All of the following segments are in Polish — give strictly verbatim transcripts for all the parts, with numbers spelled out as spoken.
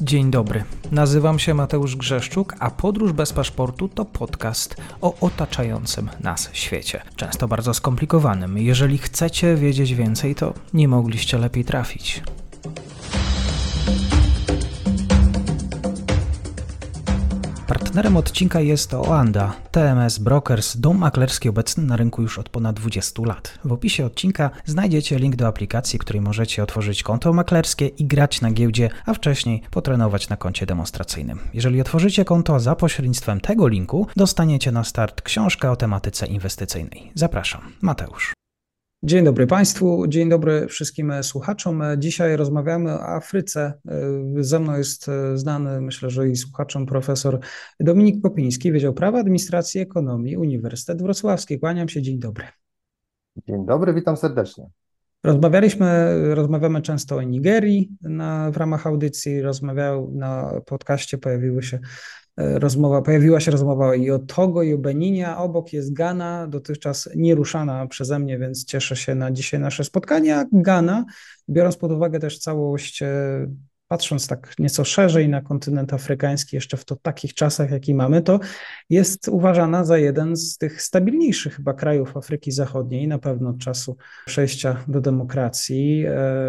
Dzień dobry, nazywam się Mateusz Grzeszczuk, a Podróż bez paszportu to podcast o otaczającym nas świecie. Często bardzo skomplikowanym. Jeżeli chcecie wiedzieć więcej, to nie mogliście lepiej trafić. Partnerem odcinka jest Oanda, T M S Brokers, dom maklerski obecny na rynku już od ponad dwudziestu lat. W opisie odcinka znajdziecie link do aplikacji, w której możecie otworzyć konto maklerskie i grać na giełdzie, a wcześniej potrenować na koncie demonstracyjnym. Jeżeli otworzycie konto za pośrednictwem tego linku, dostaniecie na start książkę o tematyce inwestycyjnej. Zapraszam, Mateusz. Dzień dobry Państwu, dzień dobry wszystkim słuchaczom. Dzisiaj rozmawiamy o Afryce. Ze mną jest znany, myślę, że i słuchaczom, profesor Dominik Kopiński, Wydział Prawa, Administracji i Ekonomii, Uniwersytet Wrocławski. Kłaniam się, dzień dobry. Dzień dobry, witam serdecznie. Rozmawialiśmy, rozmawiamy często o Nigerii na, w ramach audycji, rozmawiał na podcaście, pojawiły się Rozmowa, pojawiła się rozmowa i o Togo, i o Beninie, a obok jest Gana, dotychczas nieruszana przeze mnie, więc cieszę się na dzisiaj nasze spotkanie. A Gana, biorąc pod uwagę też całość, patrząc tak nieco szerzej na kontynent afrykański, jeszcze w to takich czasach, jaki mamy, to jest uważana za jeden z tych stabilniejszych chyba krajów Afryki Zachodniej, na pewno od czasu przejścia do demokracji.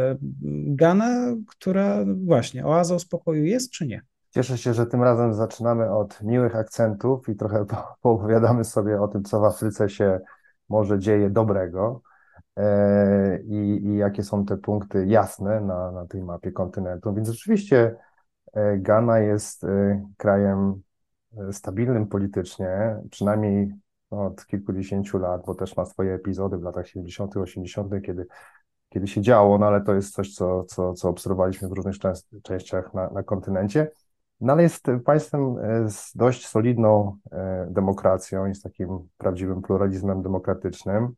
Gana, która właśnie oazą spokoju jest, czy nie? Cieszę się, że tym razem zaczynamy od miłych akcentów i trochę poopowiadamy sobie o tym, co w Afryce się może dzieje dobrego e, i, i jakie są te punkty jasne na, na tej mapie kontynentu. Więc rzeczywiście e, Gana jest e, krajem stabilnym politycznie, przynajmniej od kilkudziesięciu lat, bo też ma swoje epizody w latach siedemdziesiątych, osiemdziesiątych, kiedy, kiedy się działo, no ale to jest coś, co, co, co obserwowaliśmy w różnych częst, częściach na, na kontynencie. No ale jest państwem z dość solidną demokracją i z takim prawdziwym pluralizmem demokratycznym.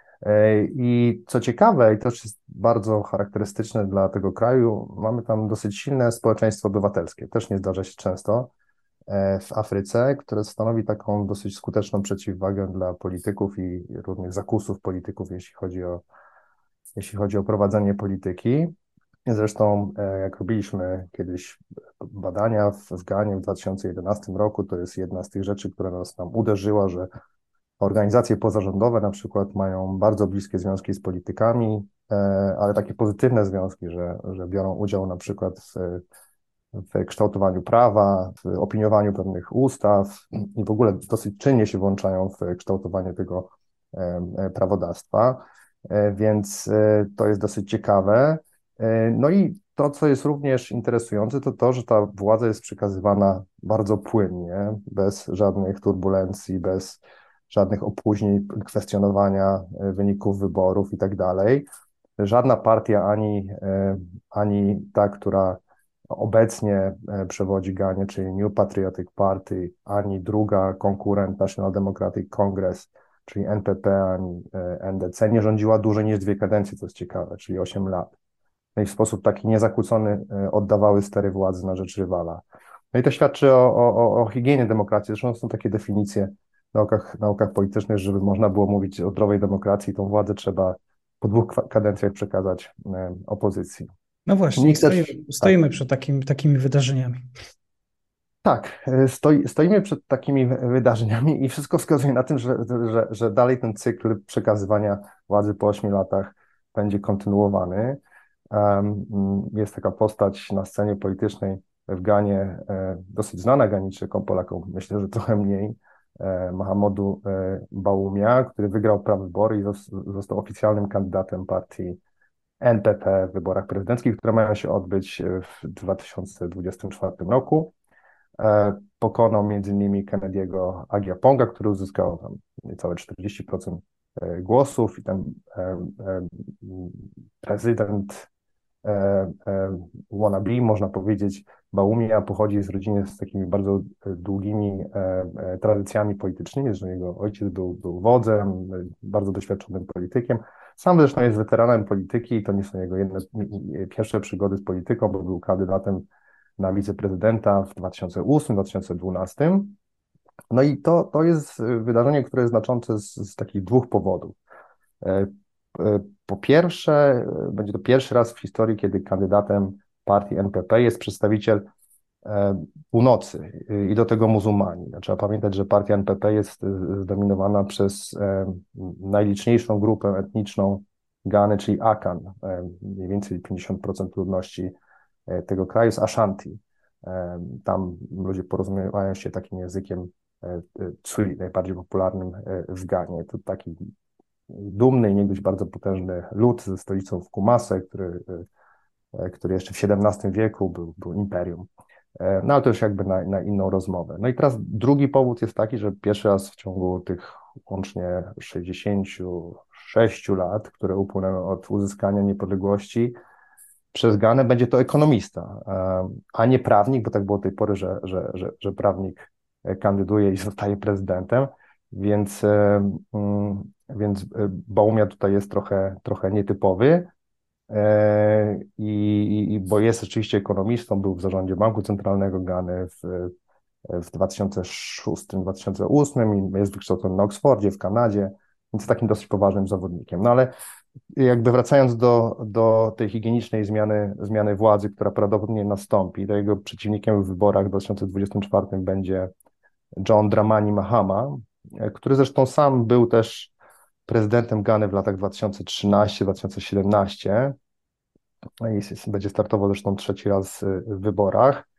I co ciekawe, i to jest bardzo charakterystyczne dla tego kraju, mamy tam dosyć silne społeczeństwo obywatelskie. Też nie zdarza się często w Afryce, które stanowi taką dosyć skuteczną przeciwwagę dla polityków i różnych zakusów polityków, jeśli chodzi o, jeśli chodzi o prowadzenie polityki. Zresztą jak robiliśmy kiedyś badania w, w Ganie w dwa tysiące jedenastym roku, to jest jedna z tych rzeczy, która nas tam uderzyła, że organizacje pozarządowe na przykład mają bardzo bliskie związki z politykami, ale takie pozytywne związki, że, że biorą udział na przykład w, w kształtowaniu prawa, w opiniowaniu pewnych ustaw i w ogóle dosyć czynnie się włączają w kształtowanie tego prawodawstwa, więc to jest dosyć ciekawe. No i to, co jest również interesujące, to to, że ta władza jest przekazywana bardzo płynnie, bez żadnych turbulencji, bez żadnych opóźnień, kwestionowania wyników wyborów i tak dalej. Żadna partia, ani, ani ta, która obecnie przewodzi Ganie, czyli New Patriotic Party, ani druga konkurent National Democratic Congress, czyli N P P, ani N D C, nie rządziła dłużej niż dwie kadencje, co jest ciekawe, czyli osiem lat. No i w sposób taki niezakłócony oddawały stery władzy na rzecz rywala. No i to świadczy o, o, o higienie demokracji. Zresztą są takie definicje w naukach, naukach politycznych, żeby można było mówić o zdrowej demokracji, tą władzę trzeba po dwóch kadencjach przekazać opozycji. No właśnie, stoimy, też, stoimy tak. przed takim, takimi wydarzeniami. Tak, stoi, stoimy przed takimi wydarzeniami i wszystko wskazuje na tym, że, że, że dalej ten cykl przekazywania władzy po ośmiu latach będzie kontynuowany. Jest taka postać na scenie politycznej w Ganie, dosyć znana Ganijczykom, Polakom, myślę, że trochę mniej, Mahamudu Bawumia, który wygrał prawybory i został oficjalnym kandydatem partii N P P w wyborach prezydenckich, które mają się odbyć w dwa tysiące dwudziestym czwartym roku. Pokonał między innymi Kennedy'ego Agyapong'a, który uzyskał tam niecałe czterdzieści procent głosów i ten prezydent wannabe, można powiedzieć, Bawumia pochodzi z rodziny z takimi bardzo długimi tradycjami politycznymi, że jego ojciec był, był wodzem, bardzo doświadczonym politykiem. Sam zresztą jest weteranem polityki i to nie są jego jedne, pierwsze przygody z polityką, bo był kandydatem na wiceprezydenta w dwa tysiące ósmym do dwa tysiące dwunastym. No i to, to jest wydarzenie, które jest znaczące z, z takich dwóch powodów. Po pierwsze, będzie to pierwszy raz w historii, kiedy kandydatem partii N P P jest przedstawiciel północy i do tego muzułmani. Trzeba pamiętać, że partia N P P jest zdominowana przez najliczniejszą grupę etniczną Gany, czyli Akan. Mniej więcej pięćdziesiąt procent ludności tego kraju jest Ashanti. Tam ludzie porozumiewają się takim językiem Tsuli, najbardziej popularnym w Ganie. To taki dumny i niegdyś bardzo potężny lud ze stolicą w Kumase, który, który jeszcze w siedemnastym wieku był, był imperium. No ale to już jakby na, na inną rozmowę. No i teraz drugi powód jest taki, że pierwszy raz w ciągu tych łącznie sześćdziesięciu sześciu lat, które upłynęły od uzyskania niepodległości, przez Ganę będzie to ekonomista, a nie prawnik, bo tak było do tej pory, że, że, że, że prawnik kandyduje i zostaje prezydentem, więc, więc Bawumia tutaj jest trochę, trochę nietypowy. I, i, bo jest oczywiście ekonomistą, był w zarządzie Banku Centralnego Gany w, w dwa tysiące szóstym dwa tysiące ósmym i jest wykształcony na Oksfordzie, w Kanadzie, więc jest takim dosyć poważnym zawodnikiem. No ale jakby wracając do, do tej higienicznej zmiany, zmiany władzy, która prawdopodobnie nastąpi, to jego przeciwnikiem w wyborach w dwa tysiące dwudziestym czwartym będzie John Dramani Mahama, który zresztą sam był też prezydentem Gany w latach dwa tysiące trzynastym dwa tysiące siedemnastym i będzie startował zresztą trzeci raz w wyborach.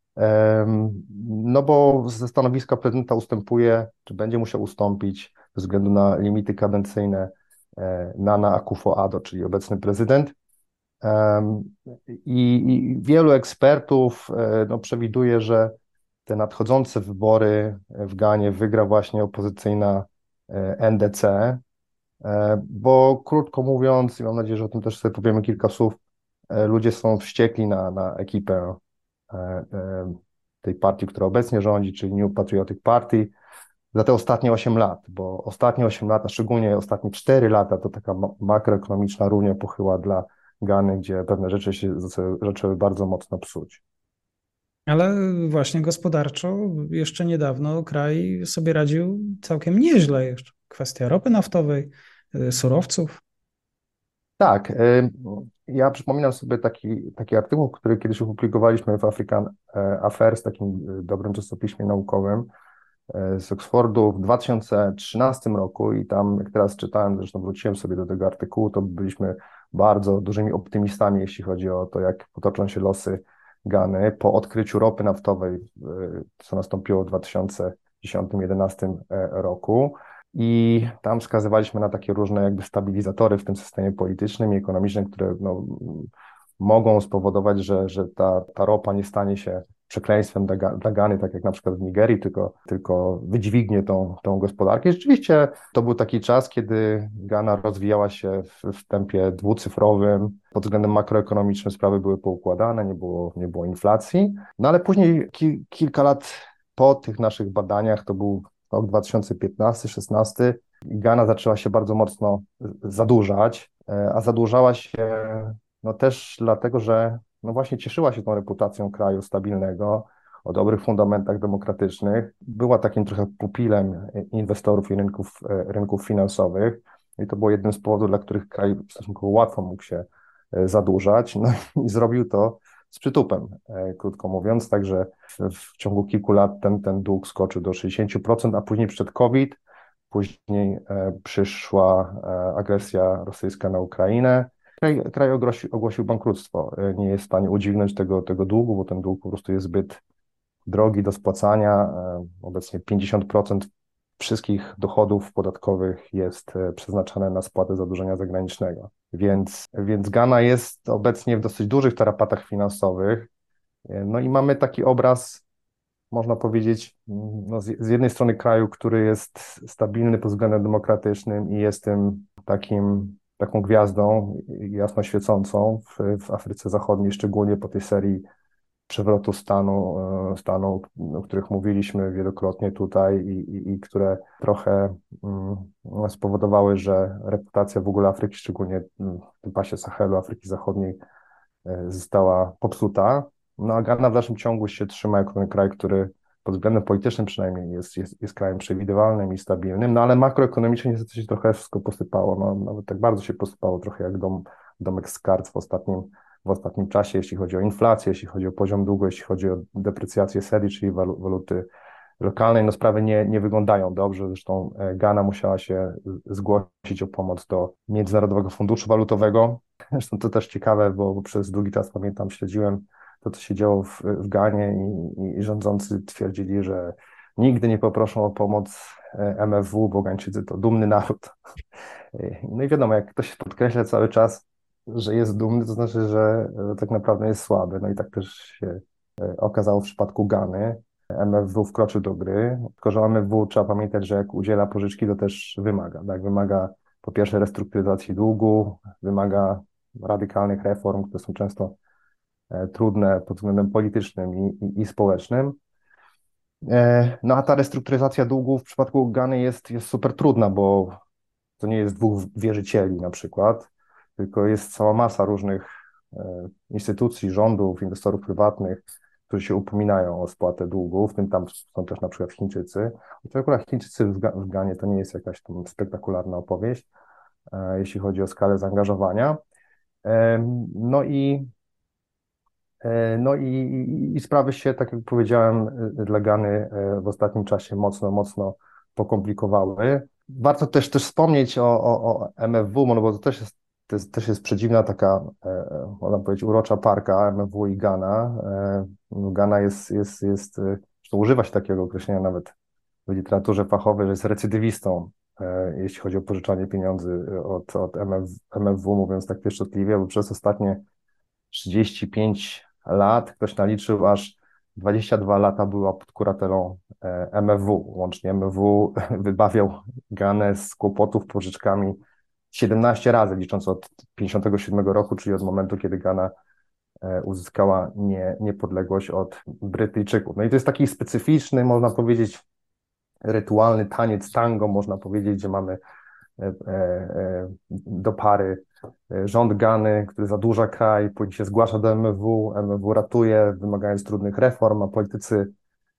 No bo ze stanowiska prezydenta ustępuje, czy będzie musiał ustąpić ze względu na limity kadencyjne Nana Akufo-Addo, czyli obecny prezydent. I, i wielu ekspertów no, przewiduje, że te nadchodzące wybory w Ganie wygra właśnie opozycyjna N D C, bo krótko mówiąc, i mam nadzieję, że o tym też sobie powiemy kilka słów, ludzie są wściekli na, na ekipę tej partii, która obecnie rządzi, czyli New Patriotic Party, za te ostatnie osiem lat, bo ostatnie osiem lat, a szczególnie ostatnie cztery lata, to taka makroekonomiczna runia pochyła dla Gany, gdzie pewne rzeczy się zaczęły bardzo mocno psuć. Ale właśnie gospodarczo jeszcze niedawno kraj sobie radził całkiem nieźle. Jeszcze kwestia ropy naftowej, surowców. Tak, ja przypominam sobie taki, taki artykuł, który kiedyś opublikowaliśmy w African Affairs, takim dobrym czasopiśmie naukowym z Oxfordu w dwa tysiące trzynastym roku i tam, jak teraz czytałem, zresztą wróciłem sobie do tego artykułu, to byliśmy bardzo dużymi optymistami, jeśli chodzi o to, jak potoczą się losy Gany po odkryciu ropy naftowej, co nastąpiło w dwa tysiące dziesiątym do dwa tysiące jedenastym roku. I tam wskazywaliśmy na takie różne jakby stabilizatory w tym systemie politycznym i ekonomicznym, które no, mogą spowodować, że, że ta, ta ropa nie stanie się przekleństwem dla, dla Gany, tak jak na przykład w Nigerii, tylko, tylko wydźwignie tą, tą gospodarkę. I rzeczywiście to był taki czas, kiedy Gana rozwijała się w, w tempie dwucyfrowym. Pod względem makroekonomicznym sprawy były poukładane, nie było, nie było inflacji. No ale później ki, kilka lat po tych naszych badaniach, to był rok dwa tysiące piętnasty szesnasty, Gana zaczęła się bardzo mocno zadłużać, a zadłużała się no też dlatego, że no właśnie cieszyła się tą reputacją kraju stabilnego, o dobrych fundamentach demokratycznych. Była takim trochę pupilem inwestorów i rynków, rynków finansowych i to było jednym z powodów, dla których kraj stosunkowo łatwo mógł się zadłużać. No i zrobił to z przytupem, krótko mówiąc, także w, w ciągu kilku lat ten, ten dług skoczył do sześćdziesięciu procent, a później przyszedł COVID, później e, przyszła e, agresja rosyjska na Ukrainę. Kraj, kraj ogłosił, ogłosił bankructwo, e, nie jest w stanie udźwignąć tego, tego długu, bo ten dług po prostu jest zbyt drogi do spłacania. E, obecnie pięćdziesiąt procent wszystkich dochodów podatkowych jest e, przeznaczane na spłatę zadłużenia zagranicznego. Więc, więc Gana jest obecnie w dosyć dużych tarapatach finansowych. No i mamy taki obraz, można powiedzieć, no z, z jednej strony kraju, który jest stabilny pod względem demokratycznym i jest tym takim, taką gwiazdą jasno świecącą w, w Afryce Zachodniej, szczególnie po tej serii przewrotu stanu, stanu, o których mówiliśmy wielokrotnie tutaj i, i, i które trochę um, spowodowały, że reputacja w ogóle Afryki, szczególnie w tym pasie Sahelu, Afryki Zachodniej, została popsuta. No a Gana w dalszym ciągu się trzyma jako ten kraj, który pod względem politycznym przynajmniej jest, jest, jest krajem przewidywalnym i stabilnym, no ale makroekonomicznie niestety się trochę wszystko posypało, no nawet tak bardzo się posypało, trochę jak dom, domek z kart w ostatnim, w w ostatnim czasie, jeśli chodzi o inflację, jeśli chodzi o poziom długu, jeśli chodzi o deprecjację cedi, czyli walu, waluty lokalnej, no sprawy nie, nie wyglądają dobrze. Zresztą Ghana musiała się zgłosić o pomoc do Międzynarodowego Funduszu Walutowego. Zresztą to też ciekawe, bo, bo przez długi czas, pamiętam, śledziłem to, co się działo w, w Ganie i, i, i rządzący twierdzili, że nigdy nie poproszą o pomoc M F W, bo Gańczycy to dumny naród. No i wiadomo, jak ktoś podkreśla cały czas, że jest dumny, to znaczy, że tak naprawdę jest słaby. No i tak też się okazało w przypadku Gany. M F W wkroczył do gry, tylko że M F W trzeba pamiętać, że jak udziela pożyczki, to też wymaga. Tak? Wymaga po pierwsze restrukturyzacji długu, wymaga radykalnych reform, które są często trudne pod względem politycznym i, i, i społecznym. No a ta restrukturyzacja długu w przypadku Gany jest, jest super trudna, bo to nie jest dwóch wierzycieli na przykład, tylko jest cała masa różnych instytucji, rządów, inwestorów prywatnych, którzy się upominają o spłatę długu, w tym tam są też na przykład Chińczycy. To akurat Chińczycy w, w Ganie to nie jest jakaś tam spektakularna opowieść, jeśli chodzi o skalę zaangażowania. No i No i, i, i sprawy się, tak jak powiedziałem, dla Gany w ostatnim czasie mocno, mocno pokomplikowały. Warto też, też wspomnieć o, o, o M F W, no bo to też jest, to jest, też jest przedziwna taka, można powiedzieć, urocza parka M F W i Gana. Gana jest, jest, jest, zresztą używa się takiego określenia nawet w literaturze fachowej, że jest recydywistą, jeśli chodzi o pożyczanie pieniędzy od, od M F, M F W, mówiąc tak pieszczotliwie, bo przez ostatnie trzydzieści pięć lat, ktoś naliczył, aż dwadzieścia dwa lata była pod kuratelą M F W. Łącznie M F W wybawiał Ganę z kłopotów pożyczkami siedemnaście razy, licząc od pięćdziesiątego siódmego roku, czyli od momentu, kiedy Gana uzyskała nie, niepodległość od Brytyjczyków. No i to jest taki specyficzny, można powiedzieć, rytualny taniec tango, można powiedzieć, gdzie mamy do pary rząd Gany, który zadłuża kraj, później się zgłasza do M F W, M F W ratuje, wymagając trudnych reform, a politycy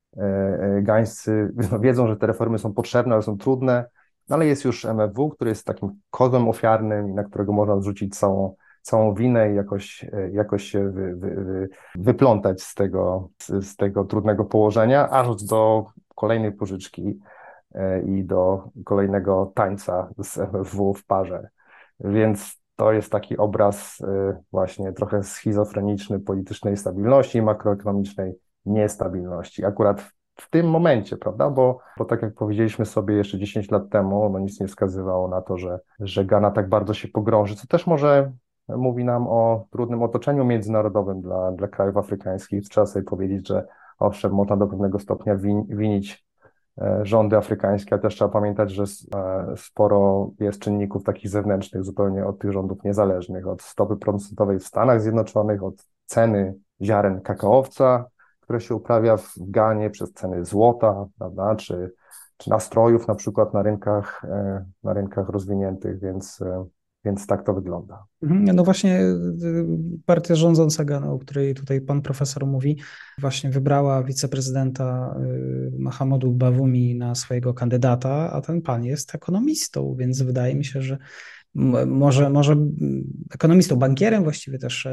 gańscy wiedzą, że te reformy są potrzebne, ale są trudne, no ale jest już M F W, który jest takim kozłem ofiarnym, na którego można zrzucić całą, całą winę i jakoś, jakoś się wy, wy, wy, wyplątać z tego, z, z tego trudnego położenia, aż do kolejnej pożyczki i do kolejnego tańca z M F W w parze. Więc to jest taki obraz właśnie trochę schizofreniczny politycznej stabilności i makroekonomicznej niestabilności. Akurat w tym momencie, prawda? Bo, bo tak jak powiedzieliśmy sobie jeszcze dziesięć lat temu, no nic nie wskazywało na to, że, że Gana tak bardzo się pogrąży, co też może mówi nam o trudnym otoczeniu międzynarodowym dla, dla krajów afrykańskich. Trzeba sobie powiedzieć, że owszem, można do pewnego stopnia win, winić rządy afrykańskie, ale też trzeba pamiętać, że sporo jest czynników takich zewnętrznych, zupełnie od tych rządów niezależnych, od stopy procentowej w Stanach Zjednoczonych, od ceny ziaren kakaowca, które się uprawia w Ganie, przez ceny złota, prawda, czy, czy nastrojów na przykład na rynkach, na rynkach rozwiniętych, więc Więc tak to wygląda. No właśnie partia rządząca Gany, o której tutaj pan profesor mówi, właśnie wybrała wiceprezydenta Mahamudu Bawumi na swojego kandydata, a ten pan jest ekonomistą, więc wydaje mi się, że może, może ekonomistą, bankierem, właściwie też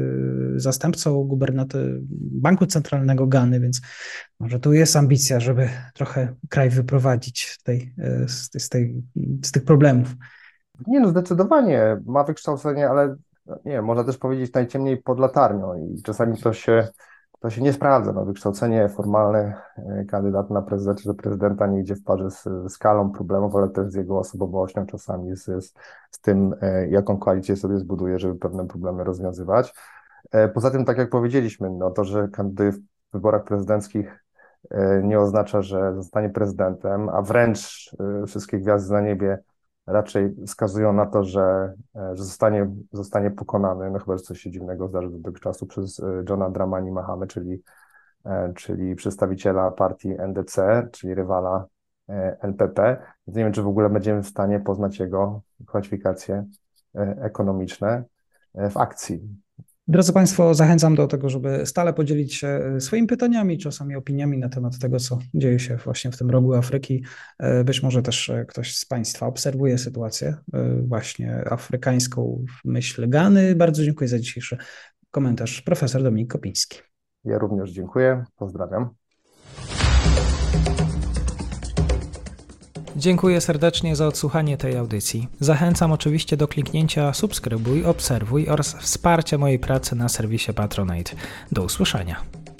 zastępcą gubernatora Banku Centralnego Gany, więc może tu jest ambicja, żeby trochę kraj wyprowadzić tej, z, z, tej, z tych problemów. Nie, no zdecydowanie ma wykształcenie, ale nie, można też powiedzieć najciemniej pod latarnią i czasami to się, to się nie sprawdza. No, wykształcenie formalne kandydata na prezydenta czy prezydenta nie idzie w parze z skalą problemów, ale też z jego osobowością, czasami z, z, z tym, jaką koalicję sobie zbuduje, żeby pewne problemy rozwiązywać. Poza tym, tak jak powiedzieliśmy, no to, że kandydat w wyborach prezydenckich nie oznacza, że zostanie prezydentem, a wręcz wszystkie gwiazdy na niebie raczej wskazują na to, że, że zostanie, zostanie pokonany, no chyba, że coś się dziwnego zdarzy do tego czasu, przez Johna Dramani Mahamy, czyli, czyli przedstawiciela partii N D C, czyli rywala N P P. Więc nie wiem, czy w ogóle będziemy w stanie poznać jego kwalifikacje ekonomiczne w akcji. Drodzy Państwo, zachęcam do tego, żeby stale podzielić się swoimi pytaniami, czasami opiniami na temat tego, co dzieje się właśnie w tym rogu Afryki. Być może też ktoś z Państwa obserwuje sytuację właśnie afrykańską w myśl Gany. Bardzo dziękuję za dzisiejsze Komentarz profesor Dominik Kopiński. Ja również dziękuję. Pozdrawiam. Dziękuję serdecznie za odsłuchanie tej audycji. Zachęcam oczywiście do kliknięcia subskrybuj, obserwuj oraz wsparcia mojej pracy na serwisie Patronite. Do usłyszenia.